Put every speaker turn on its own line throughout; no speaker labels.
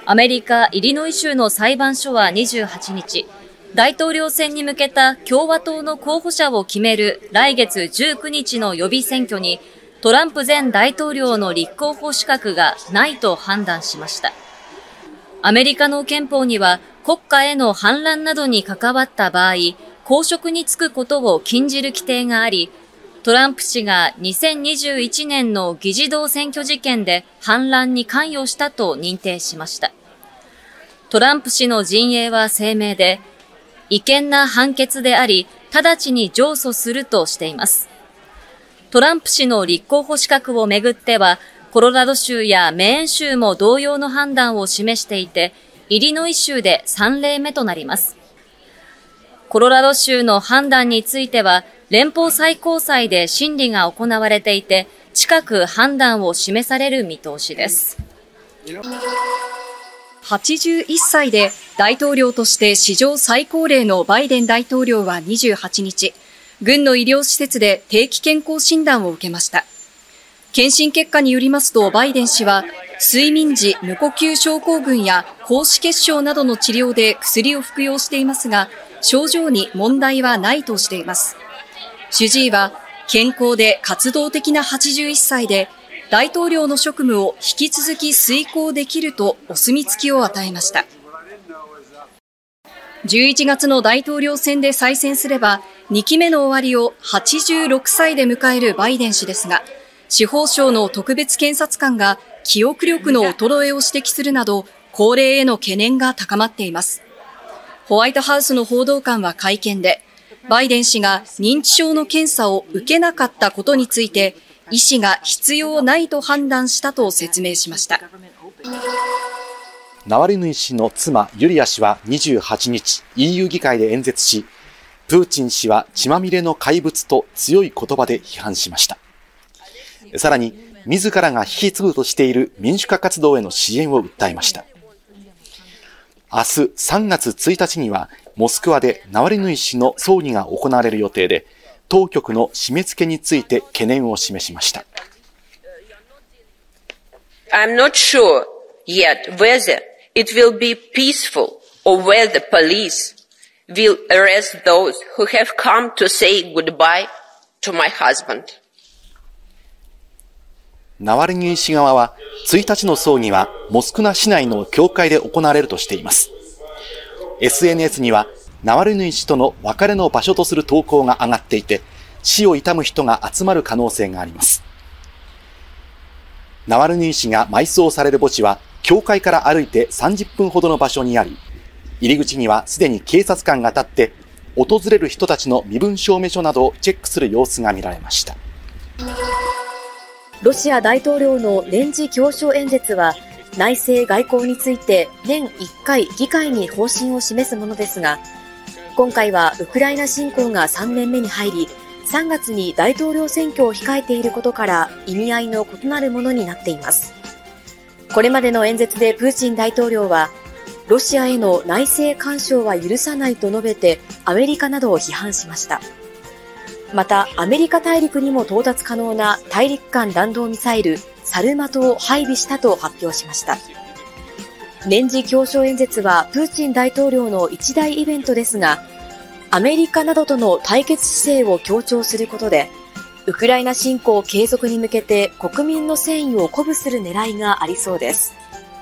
アメリカ・イリノイ州の裁判所は28日、大統領選に向けた共和党の候補者を決める来月19日の予備選挙に、トランプ前大統領の立候補資格がないと判断しました。アメリカの憲法には国家への反乱などに関わった場合、公職に就くことを禁じる規定があり、トランプ氏が2021年の議事堂占拠事件で反乱に関与したと認定しました。トランプ氏の陣営は声明で、違憲な判決であり、直ちに上訴するとしています。トランプ氏の立候補資格をめぐっては、コロラド州やメーン州も同様の判断を示していて、イリノイ州で3例目となります。コロラド州の判断については、連邦最高裁で審理が行われていて、近く判断を示される見通しです。
81歳で大統領として史上最高齢のバイデン大統領は28日、軍の医療施設で定期健康診断を受けました。検診結果によりますと、バイデン氏は睡眠時無呼吸症候群や高脂血症などの治療で薬を服用していますが、症状に問題はないとしています。主治医は健康で活動的な81歳で、大統領の職務を引き続き遂行できるとお墨付きを与えました。11月の大統領選で再選すれば、2期目の終わりを86歳で迎えるバイデン氏ですが、司法省の特別検察官が記憶力の衰えを指摘するなど、高齢への懸念が高まっています。ホワイトハウスの報道官は会見で、バイデン氏が認知症の検査を受けなかったことについて、医師が必要ないと判断したと説明しました。
ナワリヌイ氏の妻ユリア氏は28日 EU 議会で演説し、プーチン氏は血まみれの怪物と強い言葉で批判しました。さらに自らが引き継ぐとしている民主化活動への支援を訴えました。明日3月1日にはモスクワでナワリヌイ氏の葬儀が行われる予定で、当局の締め付けについて懸念を示しました。
I'm not sure yet whether it will be peaceful or whether the police will arrest those who have come to say goodbye to my husband.
ナワリヌイ氏側は1日の葬儀はモスクワ市内の教会で行われるとしています。SNS にはナワリヌイ氏との別れの場所とする投稿が上がっていて、死を悼む人が集まる可能性があります。ナワリヌイ氏が埋葬される墓地は、教会から歩いて30分ほどの場所にあり、入り口にはすでに警察官が立って、訪れる人たちの身分証明書などをチェックする様子が見られました。
ロシア大統領の年次教書演説は、内政外交について年1回議会に方針を示すものですが、今回はウクライナ侵攻が3年目に入り、3月に大統領選挙を控えていることから意味合いの異なるものになっています。これまでの演説でプーチン大統領は、ロシアへの内政干渉は許さないと述べてアメリカなどを批判しました。また、アメリカ大陸にも到達可能な大陸間弾道ミサイルサルマトを配備したと発表しました。年次教書演説はプーチン大統領の一大イベントですが、アメリカなどとの対決姿勢を強調することで、ウクライナ侵攻継続に向けて国民の戦意を鼓舞する狙いがありそうです。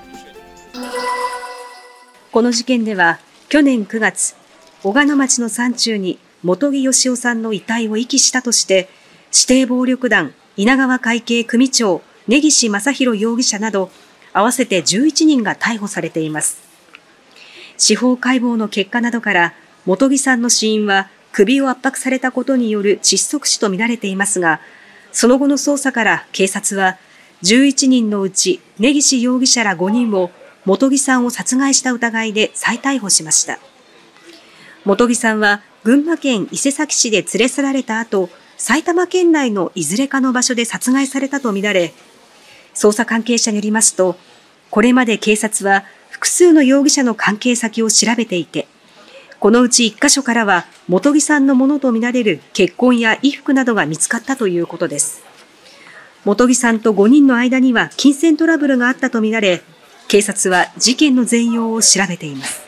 この事件では、去年9月、小鹿野町の山中に本木義雄さんの遺体を遺棄したとして、指定暴力団稲川会系組長根岸正弘容疑者など、合わせて11人が逮捕されています。司法解剖の結果などから、本木さんの死因は首を圧迫されたことによる窒息死とみられていますが、その後の捜査から警察は、11人のうち根岸容疑者ら5人を本木さんを殺害した疑いで再逮捕しました。本木さんは群馬県伊勢崎市で連れ去られた後、埼玉県内のいずれかの場所で殺害されたとみられ、捜査関係者によりますと、これまで警察は複数の容疑者の関係先を調べていて、このうち1カ所からは本木さんのものとみられる血痕や衣服などが見つかったということです。本木さんと5人の間には金銭トラブルがあったとみられ、 警察は事件の全容を調べています。